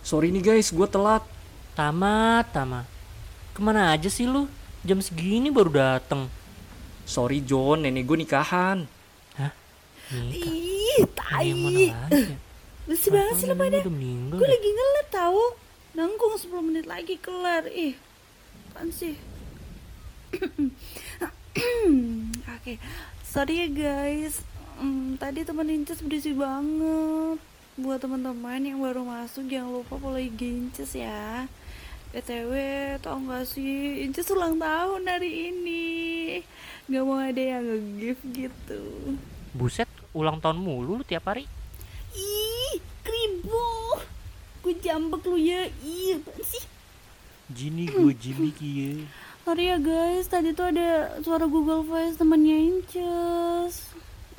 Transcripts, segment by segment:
Sorry nih guys, gue telat. Tama. Kemana aja sih lu? Jam segini baru dateng. Sorry John, nenek gue nikahan. Hah? Nikah? Ih, Yang mana tai. lagi? Bersih banget sih lo Neneknya pada. udah meninggal Gue dah. lagi ngelet tahu. Nanggung 10 menit lagi kelar. Ih, apaan sih? Oke, sorry ya guys. Tadi teman Inces berisik banget. Buat teman-teman yang baru masuk jangan lupa follow IG Inces ya. BTW, tau gak sih, Inces ulang tahun hari ini. Gak mau ada yang nge-gift gitu. Buset, ulang tahun mulu lu tiap hari. Ih, kribo. Gue jambek lu ya. Ih, apaan sih? Jini gue Jimmy kie. Sorry ya guys, tadi tuh ada suara Google Voice temannya Inces.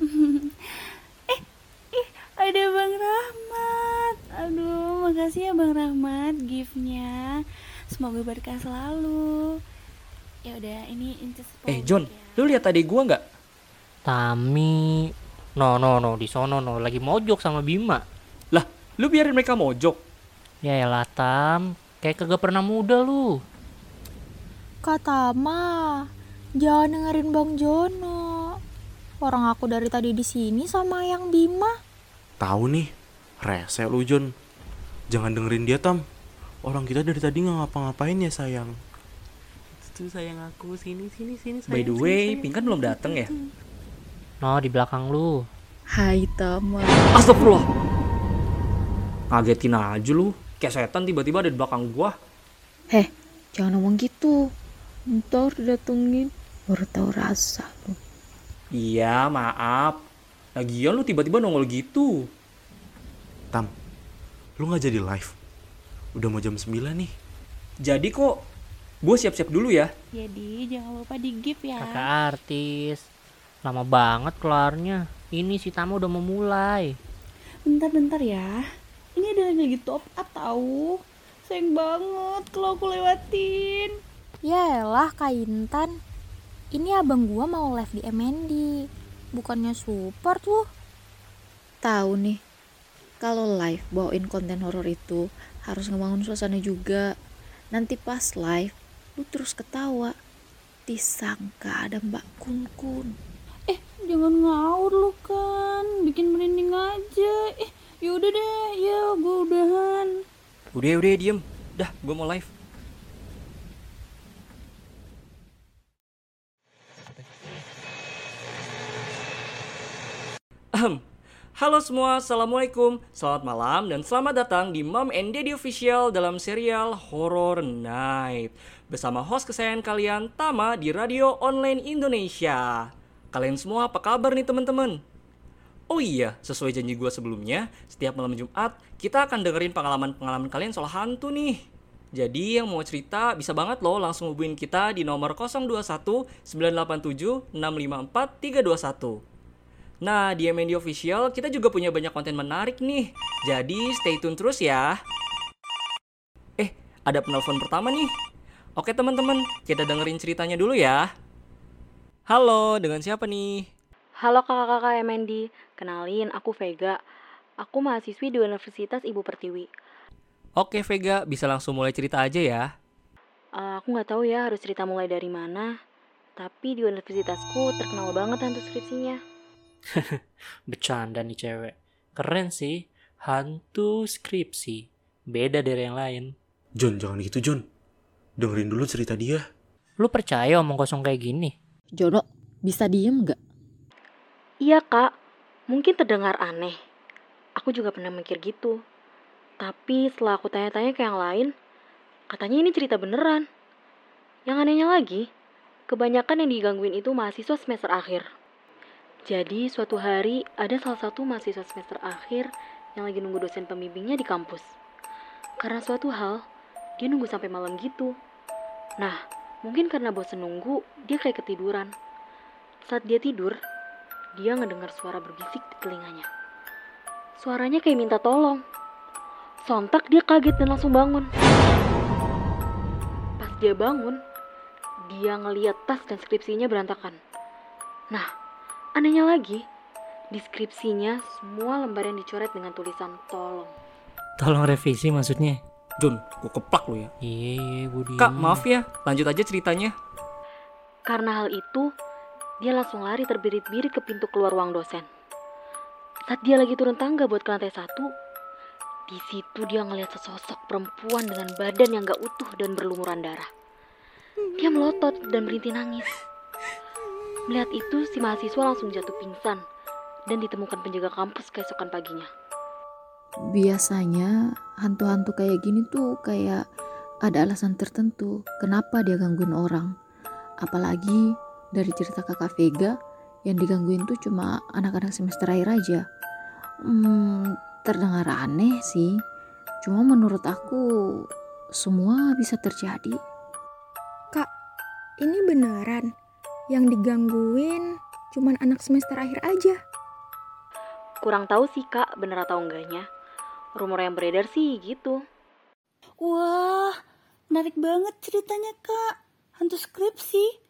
Ada Bang Rahmat. Aduh, makasih ya Bang Rahmat giftnya. Semoga berkah selalu. Ya udah, ini Inces. John, lu lihat adik gue nggak? Tami. No, di sono no, lagi mojok sama Bima. Lah, lu biarin mereka mojok. Ya elah Tam, kayak kagak pernah muda lu. Kak Tama, jangan dengerin Bang Jono. Orang aku dari tadi di sini sama yang Bima. Tahu nih, rese lu John. Jangan dengerin dia Tam. Orang kita dari tadi nggak ngapa-ngapain ya sayang. Itu sayang aku, sini sayang. By the way, Pink kan belum dateng ya? No, di belakang lu. Hai Tama. Astagfirullah. Ngagetin aja lu. Kayak setan tiba-tiba ada di belakang gua. Heh, jangan ngomong gitu. Ntar datengin baru tahu rasa lu. Iya, maaf. Lagian lu tiba-tiba nongol gitu. Tam, lu nggak jadi live? Udah mau jam 9 nih. Jadi kok gue siap-siap dulu ya. Jadi jangan lupa di gift ya. Kakak artis. Lama banget kelarnya. Ini si Tama udah mau mulai. Bentar ya. Ini ada lagi top up tahu. Sayang banget kalau aku lewatin. Yaelah Kak Intan. Ini abang gua mau live di MND. Bukannya support tuh. Tahu nih, kalau live bawain konten horor itu harus ngebangun suasana juga. Nanti pas live, lu terus ketawa. Disangka ada Mbak Kun. Jangan ngawur lu kan. Bikin merinding aja. Yaudah deh. Ya gue udahan. Udah diem. Dah, gue mau live. Halo semua, Assalamualaikum. Selamat malam dan selamat datang di Mom and Daddy Official dalam serial Horror Night. Bersama host kesayangan kalian, Tama, di Radio Online Indonesia. Kalian semua apa kabar nih teman-teman? Oh iya, sesuai janji gue sebelumnya, setiap malam Jumat kita akan dengerin pengalaman-pengalaman kalian soal hantu nih. Jadi yang mau cerita bisa banget loh langsung hubungin kita di nomor 021 987 654 321. Nah, di MND Official kita juga punya banyak konten menarik nih. Jadi stay tune terus ya. Ada penelpon pertama nih. Oke teman-teman, kita dengerin ceritanya dulu ya. Halo, dengan siapa nih? Halo kakak-kakak MND, kenalin aku Vega. Aku mahasiswi di Universitas Ibu Pertiwi. Oke Vega, bisa langsung mulai cerita aja ya. Aku nggak tahu ya harus cerita mulai dari mana. Tapi di universitasku terkenal banget hantu skripsinya. Bercanda nih cewek. Keren sih. Hantu skripsi. Beda dari yang lain. John, jangan gitu John. Dengerin dulu cerita dia. Lu percaya omong kosong kayak gini? Jono, bisa diem nggak? Iya kak, mungkin terdengar aneh. Aku juga pernah mikir gitu. Tapi setelah aku tanya-tanya ke yang lain, katanya ini cerita beneran. Yang anehnya lagi, kebanyakan yang digangguin itu mahasiswa semester akhir. Jadi suatu hari ada salah satu mahasiswa semester akhir yang lagi nunggu dosen pembimbingnya di kampus. Karena suatu hal, dia nunggu sampai malam gitu. Nah, mungkin karena bosen nunggu, dia kayak ketiduran. Saat dia tidur, dia ngedengar suara berbisik di telinganya. Suaranya kayak minta tolong. Sontak dia kaget dan langsung bangun. Pas dia bangun, dia ngeliat tas dan skripsinya berantakan. Nah, anehnya lagi, di skripsinya semua lembaran dicoret dengan tulisan tolong. Tolong revisi maksudnya. Jon, gue keplak lo ya. Iya, gue diem. Kak, maaf ya, lanjut aja ceritanya. Karena hal itu, dia langsung lari terbirit-birit ke pintu keluar ruang dosen. Saat dia lagi turun tangga buat ke lantai 1, di situ dia ngeliat sesosok perempuan dengan badan yang gak utuh dan berlumuran darah. Dia melotot dan berhenti nangis. Melihat itu, si mahasiswa langsung jatuh pingsan dan ditemukan penjaga kampus keesokan paginya. Biasanya hantu-hantu kayak gini tuh kayak ada alasan tertentu kenapa dia gangguin orang. Apalagi dari cerita kakak Vega yang digangguin tuh cuma anak-anak semester akhir aja. Terdengar aneh sih. Cuma menurut aku semua bisa terjadi. Kak, ini beneran yang digangguin cuman anak semester akhir aja? Kurang tahu sih kak, bener atau enggaknya. Rumor yang beredar sih gitu. Wah, menarik banget ceritanya kak. Hantu skripsi.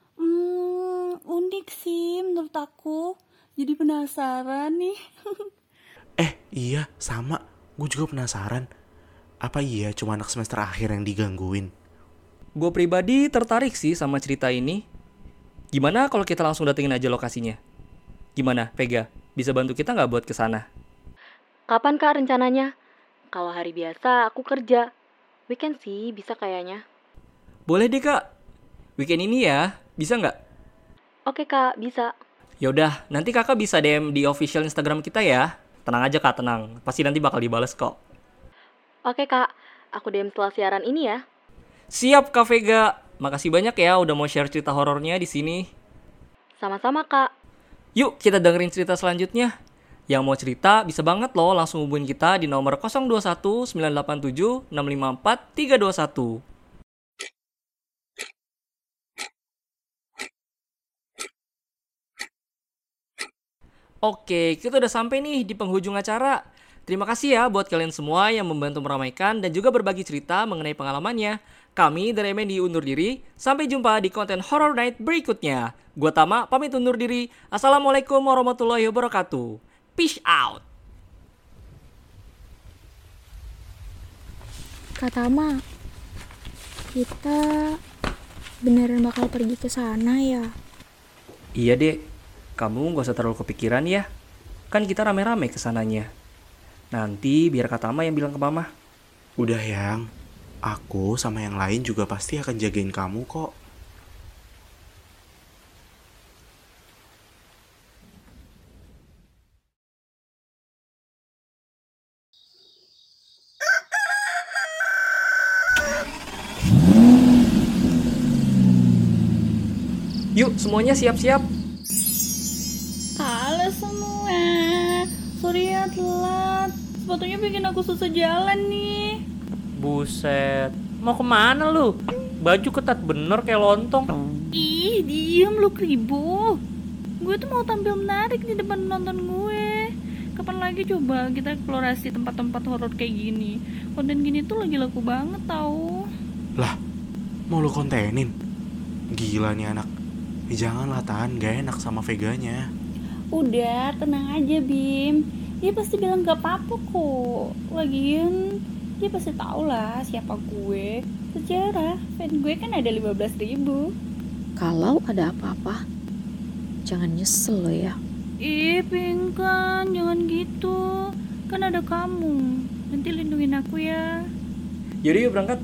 Unik sih menurut aku. Jadi penasaran nih. Iya, sama. Gue juga penasaran. Apa iya cuma anak semester akhir yang digangguin? Gue pribadi tertarik sih sama cerita ini. Gimana kalau kita langsung datengin aja lokasinya? Gimana, Vega? Bisa bantu kita nggak buat kesana? Kapan kak rencananya? Kalau hari biasa aku kerja. Weekend sih bisa kayaknya. Boleh deh kak. Weekend ini ya, bisa nggak? Oke kak, bisa. Yaudah, nanti kakak bisa DM di official Instagram kita ya. Tenang aja kak, tenang. Pasti nanti bakal dibales kok. Oke kak, aku DM setelah siaran ini ya. Siap Kak Vega. Makasih banyak ya udah mau share cerita horornya di sini. Sama-sama kak. Yuk kita dengerin cerita selanjutnya. Yang mau cerita bisa banget loh langsung hubungin kita di nomor 021 987 654 321. Oke, kita udah sampai nih di penghujung acara. Terima kasih ya buat kalian semua yang membantu meramaikan dan juga berbagi cerita mengenai pengalamannya. Kami dari MND undur diri. Sampai jumpa di konten Horror Night berikutnya. Gua Tama pamit undur diri. Assalamualaikum warahmatullahi wabarakatuh. Peace out. Kak Tama, kita beneran bakal pergi ke sana ya? Iya dek, kamu gak usah terlalu kepikiran ya. Kan kita rame-rame kesananya. Nanti biar Kak Tama yang bilang ke mama. Udah yang, aku sama yang lain juga pasti akan jagain kamu kok. Yuk semuanya siap-siap. Halo semua. Sorry ya telat. Sepatunya bikin aku susah jalan nih. Buset, mau kemana lu? Baju ketat bener kayak lontong. Ih, diem lu kribo. Gue tuh mau tampil menarik di depan penonton gue. Kapan lagi coba kita eksplorasi tempat-tempat horor kayak gini? Konten gini tuh lagi laku banget tau. Lah, mau lu kontenin? Gila nih anak. Janganlah Tan, gak enak sama Veganya. Udah, tenang aja Bim. Dia pasti bilang gak apa-apa kok. Lagian dia pasti tahu lah siapa gue. Sejarah fan gue kan ada 15.000. Kalau ada apa-apa, jangan nyesel lo ya. Ih Pingkan, jangan gitu. Kan ada kamu. Nanti lindungin aku ya. Yaudah yuk berangkat.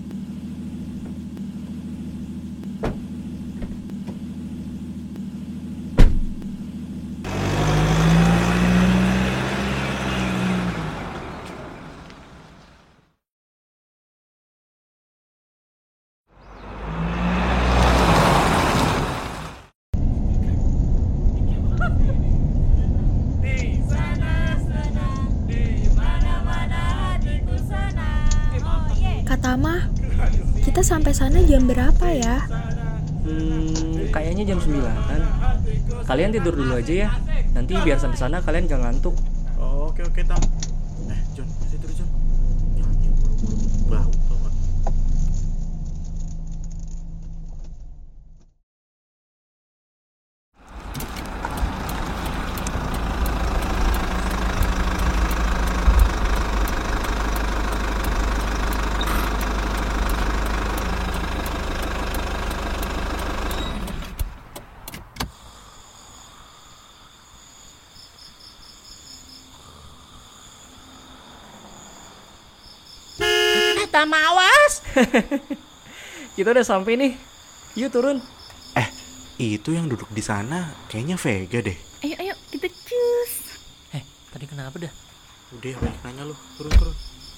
Kak Tama, kita sampai sana jam berapa ya? Kayaknya jam 9-an. Kalian tidur dulu aja ya. Nanti biar sampai sana kalian gak ngantuk. Oke Tam. John, masih tidur John. Nyanyi bulu-bulu bau tau gak? Tam, awas. Kita udah sampai nih. Yuk turun. Itu yang duduk di sana kayaknya Vega deh. Ayo kita cus. Tadi kenapa dah? Udah banyak nanya lu. Turun.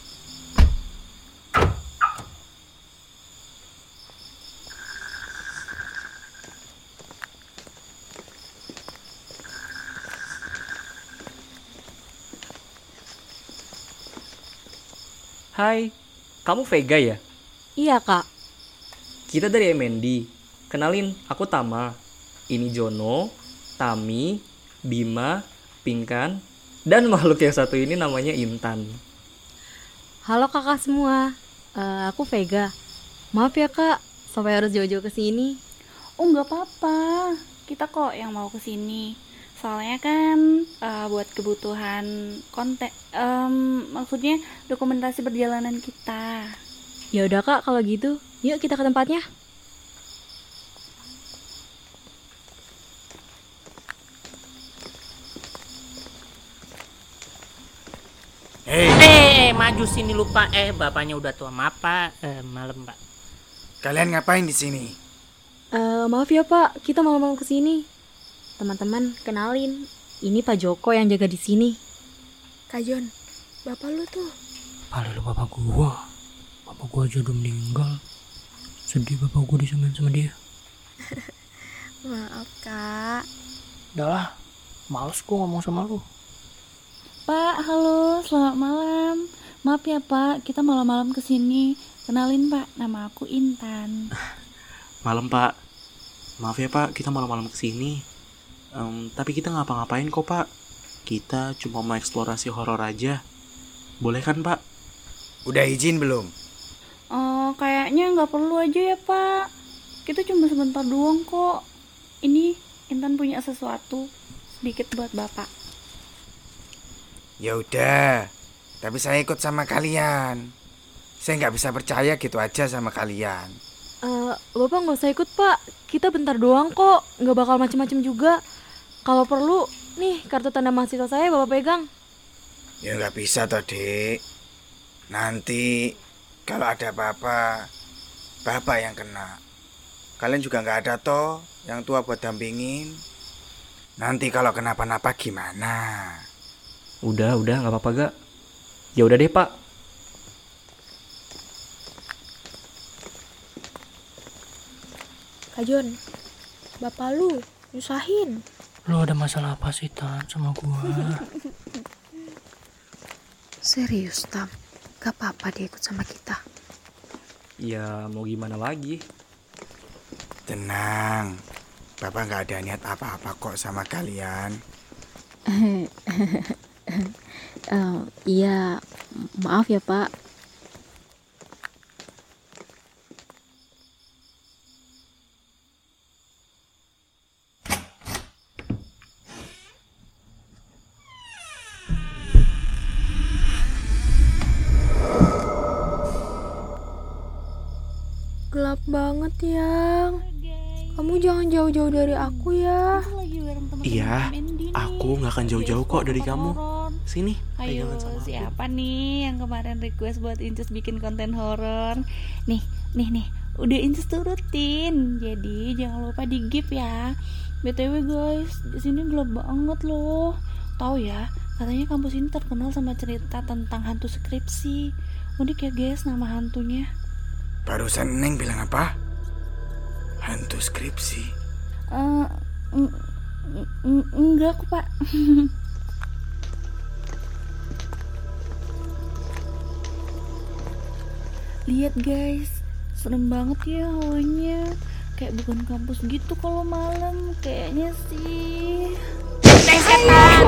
Hai, kamu Vega ya? Iya, Kak. Kita dari MND. Kenalin, aku Tama. Ini Jono, Tami, Bima, Pinkan, dan makhluk yang satu ini namanya Intan. Halo kakak semua. Aku Vega. Maaf ya, Kak, sampai harus jauh-jauh ke sini. Oh nggak apa-apa, kita kok yang mau kesini. Soalnya kan buat kebutuhan konten, maksudnya dokumentasi perjalanan kita. Ya udah, Kak, kalau gitu, yuk kita ke tempatnya. Maju sini lupa. Bapaknya udah tua. Maaf, Pak. Malam, Pak. Kalian ngapain di sini? Maaf ya, Pak, kita malam-malam ke sini. Teman-teman, kenalin. Ini Pak Joko yang jaga di sini. Kak Jon, bapak lu tuh. Paling lu bapak gua. Bapak gua aja udah meninggal. Sedih bapak gua disamain sama dia. Maaf kak. Udah lah, males gua ngomong sama lu. Pak, halo, selamat malam. Maaf ya Pak, kita malam-malam kesini. Kenalin Pak, nama aku Intan. Malam Pak. Maaf ya Pak, kita malam-malam kesini. Tapi kita ngapa-ngapain kok Pak. Kita cuma mau eksplorasi horor aja. Boleh kan Pak? Udah izin belum? Oh, kayaknya nggak perlu aja ya Pak. Kita cuma sebentar doang kok. Ini Intan punya sesuatu sedikit buat Bapak. Ya udah, tapi saya ikut sama kalian. Saya nggak bisa percaya gitu aja sama kalian. Bapak nggak usah ikut, Pak. Kita bentar doang kok, nggak bakal macem-macem juga. Kalau perlu, nih kartu tanda mahasiswa saya Bapak pegang. Ya nggak bisa toh, Dek. Nanti kalau ada apa-apa, Bapak yang kena. Kalian juga nggak ada toh yang tua buat dampingin. Nanti kalau kenapa-napa gimana? Udah, nggak apa-apa gak? Ya udah deh Pak. Kak Jon, bapak lu nyusahin. Lu ada masalah apa sih Tan sama gua? Serius Tam, gak apa-apa dia ikut sama kita. Ya mau gimana lagi? Tenang, Bapak nggak ada niat apa-apa kok sama kalian. Iya, maaf ya Pak. Gelap banget yang. Kamu jangan jauh-jauh dari aku ya. Iya, aku nggak akan jauh-jauh kok dari kamu. Sini, Ayo, pegangan sama aku. siapa nih yang kemarin request buat Incus bikin konten horor? Nih, udah Incus turutin. Jadi jangan lupa di give ya. BTW guys, di sini gelap banget loh. Tahu ya, katanya kampus ini terkenal sama cerita tentang hantu skripsi. Unik ya guys nama hantunya. Barusan Neng bilang apa? Hantu skripsi. Enggak kok Pak. Lihat guys, serem banget ya hawanya. Kayak bukan kampus gitu kalau malam kayaknya sih. Setan!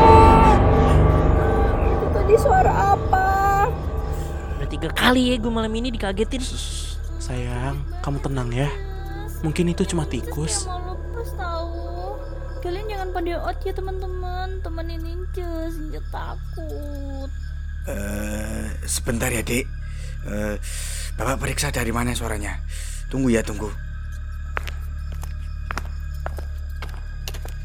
Itu tadi suara apa? Udah 3 kali ya gue malam ini dikagetin. Sayang, kamu tenang ya. Mungkin itu cuma tikus. Mau lepas tahu. Kalian jangan pada out ya teman-teman. Temenin Incus takut. Sebentar ya Dek. Bapak periksa dari mana suaranya. Tunggu ya, tunggu.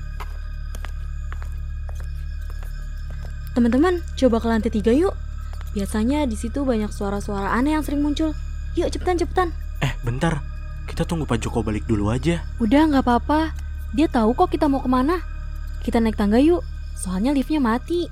Teman-teman, coba ke lantai 3 yuk. Biasanya di situ banyak suara-suara aneh yang sering muncul. Yuk cepetan. Bentar. Kita tunggu Pak Joko balik dulu aja. Udah nggak apa-apa. Dia tahu kok kita mau kemana. Kita naik tangga yuk. Soalnya liftnya mati.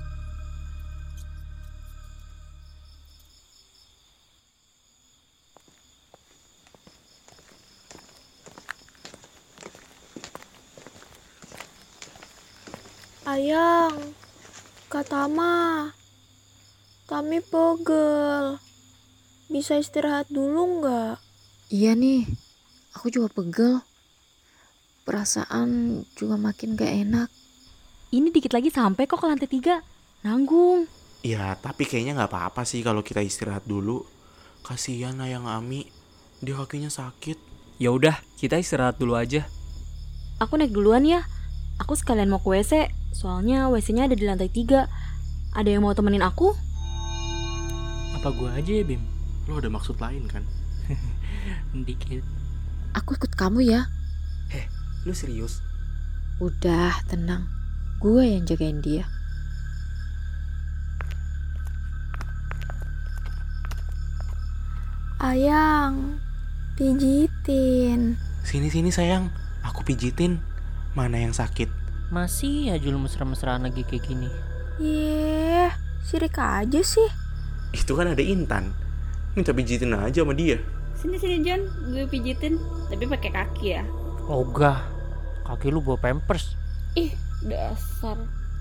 Ayang, Kak Tama, Tami pegel. Bisa istirahat dulu nggak? Iya nih, aku juga pegel. Perasaan juga makin gak enak. Ini dikit lagi sampai kok ke lantai 3. Nanggung. Ya, tapi kayaknya nggak apa-apa sih kalau kita istirahat dulu. Kasihan Ayang Ami, dia kakinya sakit. Ya udah, kita istirahat dulu aja. Aku naik duluan ya. Aku sekalian mau ke WC. Soalnya WC-nya ada di lantai 3. Ada yang mau temenin aku? Apa gua aja ya, Bim? Lo ada maksud lain kan? Dikit. Aku ikut kamu ya. Lu serius? Udah, tenang. Gue yang jagain dia. Ayang, pijitin. Sini sayang, aku pijitin. Mana yang sakit? Masih aja lu mesra-mesraan lagi kayak gini. Yeh, sirik aja sih. Itu kan ada Intan. Minta pijitin aja sama dia. Sini John, gue pijitin. Tapi pakai kaki ya. Ogah, kaki lu bawa pampers. Ih, dasar.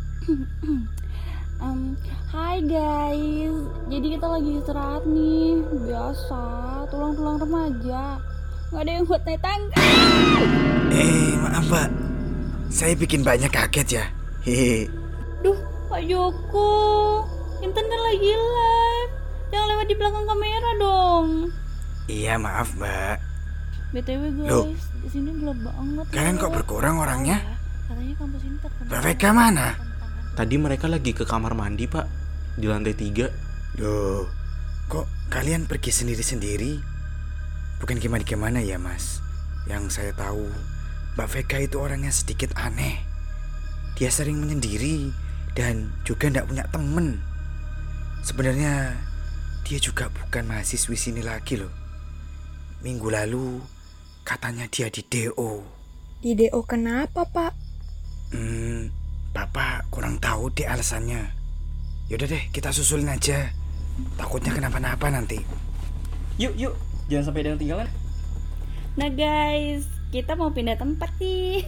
Hai guys, jadi kita lagi istirahat nih. Biasa, tulang-tulang remaja. Gak ada yang buat naik tangga. Maaf Pak, saya bikin banyak kaget ya. Hehe. Duh, Pak Joko, Intan kan lagi live. Jangan lewat di belakang kamera dong. Iya maaf Mbak. BTW guys, Loh, di sini gelap banget. kalian kok berkurang orangnya? Katanya kampus ini terkenal. Mbak Vega mana? Tadi mereka lagi ke kamar mandi Pak, di lantai 3. Loh, kok kalian pergi sendiri-sendiri? Bukan gimana-gimana ya Mas. Yang saya tahu, Mbak Vega itu orangnya sedikit aneh. Dia sering menyendiri dan juga tidak punya temen. Sebenarnya dia juga bukan mahasiswi sini lagi loh. Minggu lalu katanya dia di DO. Di DO kenapa, Pak? Bapak kurang tahu deh alasannya. Yaudah deh, kita susulin aja. Takutnya kenapa-napa nanti. Yuk, jangan sampai ada yang tinggalan. Nah guys, kita mau pindah tempat nih.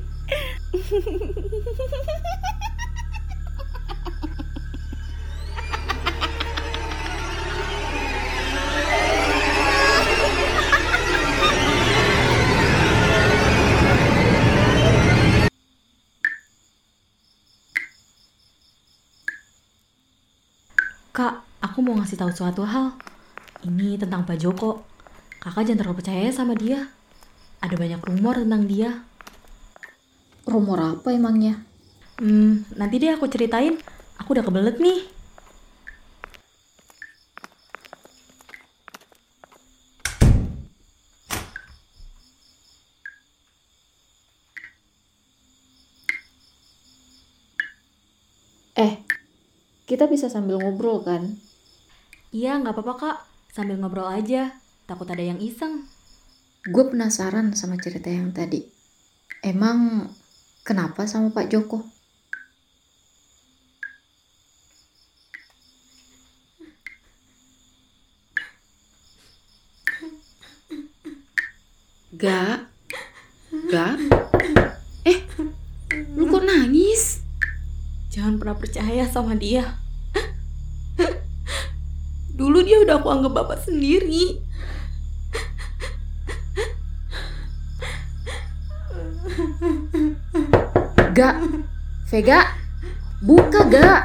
Kak, aku mau ngasih tahu suatu hal. Ini tentang Pak Joko. Kakak jangan terlalu percaya sama dia. Ada banyak rumor tentang dia. Rumor apa emangnya? Nanti deh aku ceritain. Aku udah kebelet nih. Kita bisa sambil ngobrol kan? Iya, nggak apa-apa kak. Sambil ngobrol aja. Takut ada yang iseng. Gue penasaran sama cerita yang tadi. Emang kenapa sama Pak Joko? Gak? Lu kok nangis? Jangan pernah percaya sama dia. Dulu dia udah aku anggap bapak sendiri. Gak, Vega, buka gak?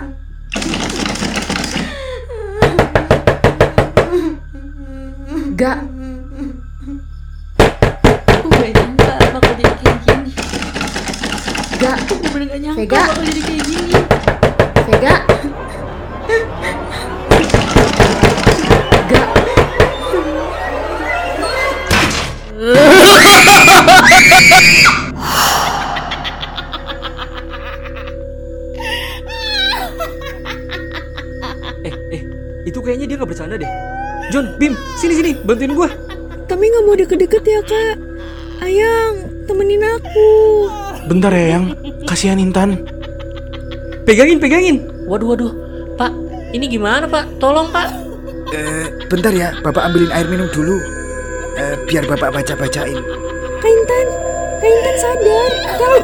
Gak, Aku gak nyangka bakal jadi kayak gini. gak, Aku bener gak nyangka Vega. bakal jadi kayak gini. Vega. Gak. Itu kayaknya dia gak bercanda deh. John, Bim, sini, bantuin gue. Tapi nggak mau deket-deket ya kak. Ayang, temenin aku. Bentar ya Yang, kasihan Intan. Pegangin. Waduh. Pak, ini gimana Pak? Tolong Pak. Bentar ya, Bapak ambilin air minum dulu. Biar Bapak baca-bacain. Kak Intan sadar. Kak.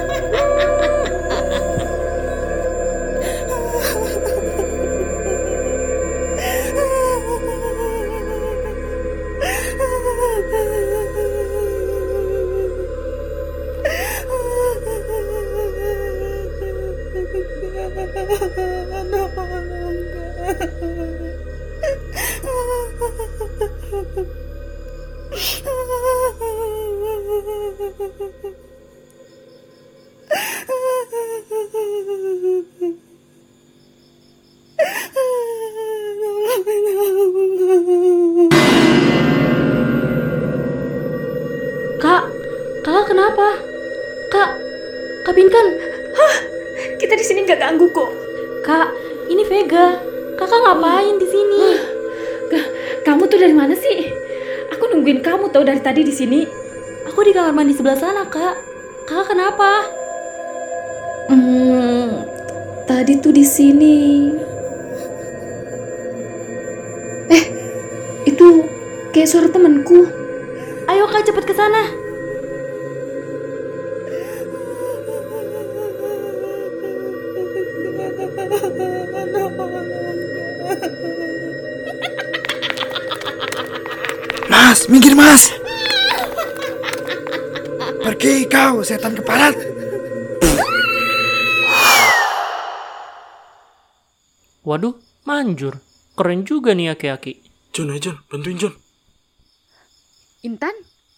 Kakak kenapa? Kak Binkan. Kita di sini nggak ganggu kok. Kak, ini Vega. Kakak ngapain di sini? Kamu tuh dari mana sih? Aku nungguin kamu tau dari tadi di sini. Aku di kamar mandi sebelah sana, Kak. Kakak kenapa? Tadi tuh di sini. Itu kayak suara temanku. Ayo Kak, cepet ke sana. Mas, minggir Mas. Pergi kau, setan keparat. Waduh, manjur. Keren juga nih aki-aki. John, bantuin John. Intan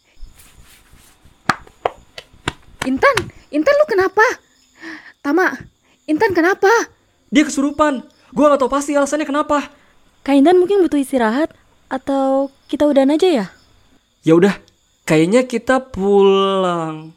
lu kenapa? Tama, Intan kenapa? Dia kesurupan. Gue gak tau pasti alasannya kenapa. Kak Intan mungkin butuh istirahat atau kita udahan aja ya? Ya udah, kayaknya kita pulang.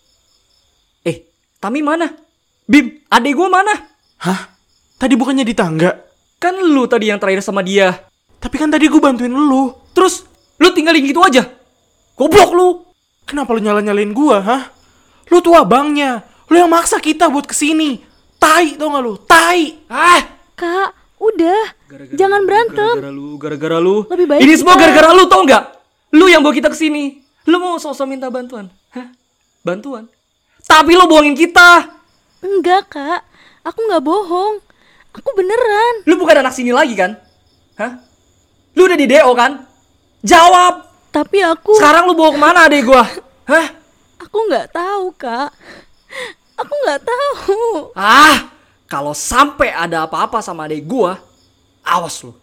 Tami mana? Bim, adek gue mana? Hah? Tadi bukannya di tangga? Kan lu tadi yang terakhir sama dia. Tapi kan tadi gue bantuin lu. Terus lu tinggalin gitu aja. Goblok lu. Kenapa lu nyalain gua, hah? Lu tuh abangnya. Lu yang maksa kita buat kesini. Tai, tau gak lu? Tai. Kak, udah. Jangan berantem. Gara-gara lu. Lebih baik ini semua kita- gara-gara lu, tau gak? Lu yang bawa kita kesini. Lu mau sosok minta bantuan. Hah? Bantuan? Tapi lu bohongin kita. Enggak, Kak. Aku nggak bohong. Aku beneran. Lu bukan anak sini lagi kan? Hah? Lu udah di DO kan? Jawab. Tapi aku... Sekarang lu bawa kemana adek gua? Hah? Aku nggak tahu, Kak. Aku nggak tahu. Kalau sampai ada apa-apa sama adek gua, awas lu.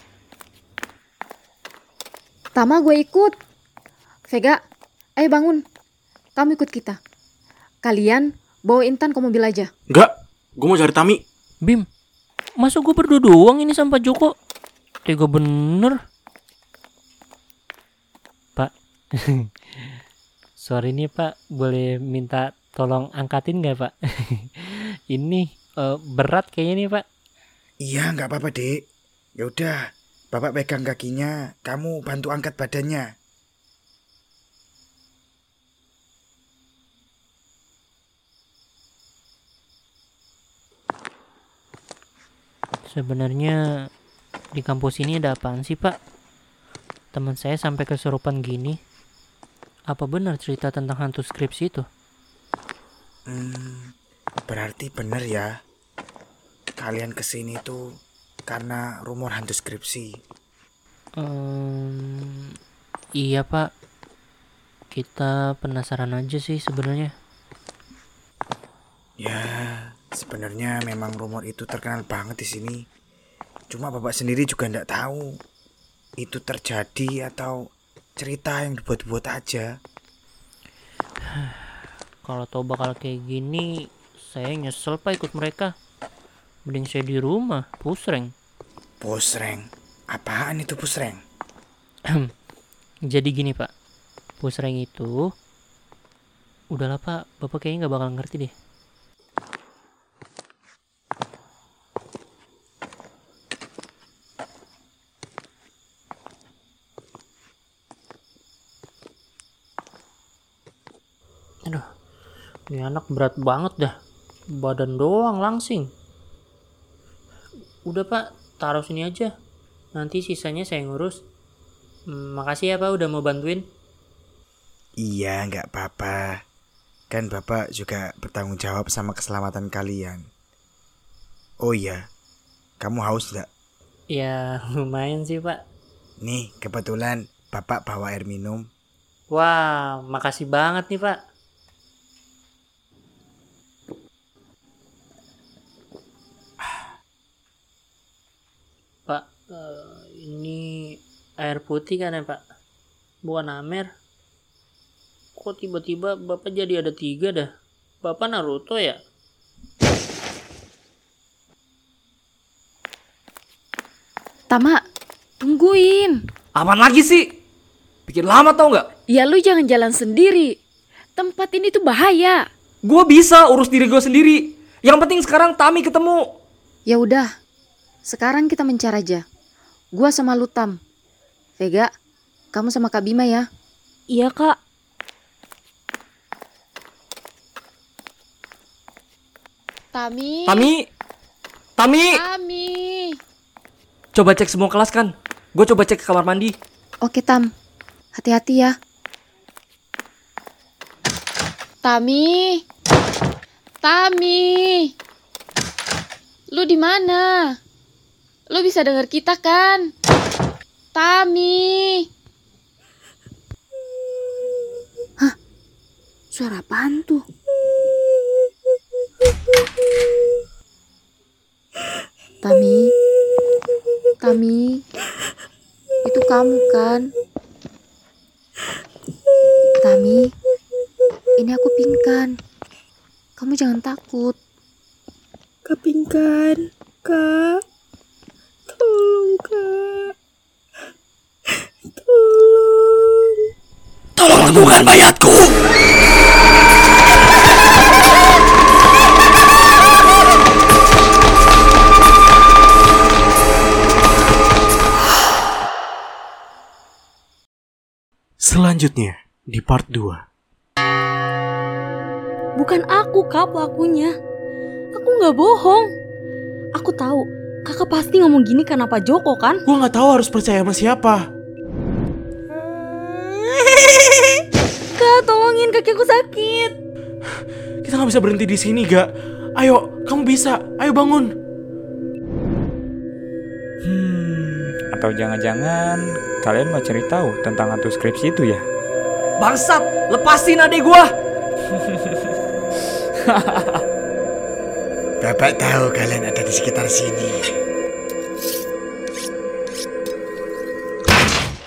Tama, gue ikut. Vega, ayo bangun. Kamu ikut kita. Kalian bawa Intan ke mobil aja. Enggak, gue mau cari Tami. Bim, masa gue berdua doang ini sama Pak Joko? Tega bener. Pak, sorry nih Pak, boleh minta tolong angkatin gak Pak? Ini berat kayaknya nih Pak. Iya, nggak apa-apa dek. Ya udah, Bapak pegang kakinya, kamu bantu angkat badannya. Sebenarnya di kampus ini ada apaan sih Pak? Teman saya sampai kesurupan gini. Apa benar cerita tentang hantu skripsi itu? Berarti bener ya. Kalian kesini tuh karena rumor hantu skripsi. Iya Pak. Kita penasaran aja sih sebenarnya. Ya, sebenarnya memang rumor itu terkenal banget di sini. Cuma Bapak sendiri juga nggak tahu itu terjadi atau cerita yang dibuat-buat aja. Kalau tahu bakal kayak gini, saya nyesel Pak ikut mereka. Mending saya di rumah, pusreng. Pusreng? Apaan itu pusreng? Jadi gini Pak, pusreng itu, udahlah Pak, Bapak kayaknya nggak bakal ngerti deh. Ini anak berat banget dah. Badan doang langsing. Udah Pak, taruh sini aja. Nanti sisanya saya ngurus. Makasih ya Pak udah mau bantuin. Iya, nggak apa-apa. Kan Bapak juga bertanggung jawab sama keselamatan kalian. Oh iya, kamu haus nggak? Ya lumayan sih Pak. Nih, kebetulan Bapak bawa air minum. Wah, makasih banget nih Pak. Pak, ini air putih kan ya Pak? Bukan Amer. Kok tiba-tiba Bapak jadi ada 3 dah? Bapak Naruto ya? Tama, tungguin. Apaan lagi sih? Bikin lama tau nggak? Ya lu jangan jalan sendiri. Tempat ini tuh bahaya. Gue bisa urus diri gue sendiri. Yang penting sekarang Tami ketemu. Ya udah, sekarang kita mencar aja. Gua sama lu Tam. Vega, kamu sama Kak Bima ya. Iya Kak. Tami. Tami. Coba cek semua kelas kan. Gue coba cek ke kamar mandi. Oke Tam, hati-hati ya. Tami. Lu di mana? Lu bisa dengar kita kan? Tami. Hah? Suara apaan tuh? Tami, itu kamu kan? Tami, ini aku Pingkan. Kamu jangan takut. Kak Pingkan, Kak. Tolong, Kak. Tolong. Tolong temukan mayatku. Selanjutnya di part 2. Bukan aku Kak pelakunya. Aku nggak bohong. Aku tahu Kakak pasti ngomong gini karena Pak Joko kan? Gue nggak tahu harus percaya sama siapa. Kak tolongin, kaki aku sakit. Kita nggak bisa berhenti di sini, Gak. Ayo, kamu bisa. Ayo bangun. Atau jangan-jangan kalian mau cari tahu tentang hantu skripsi itu ya? Bangsat, lepasin adek gue. Bapak tahu kalian ada di sekitar sini.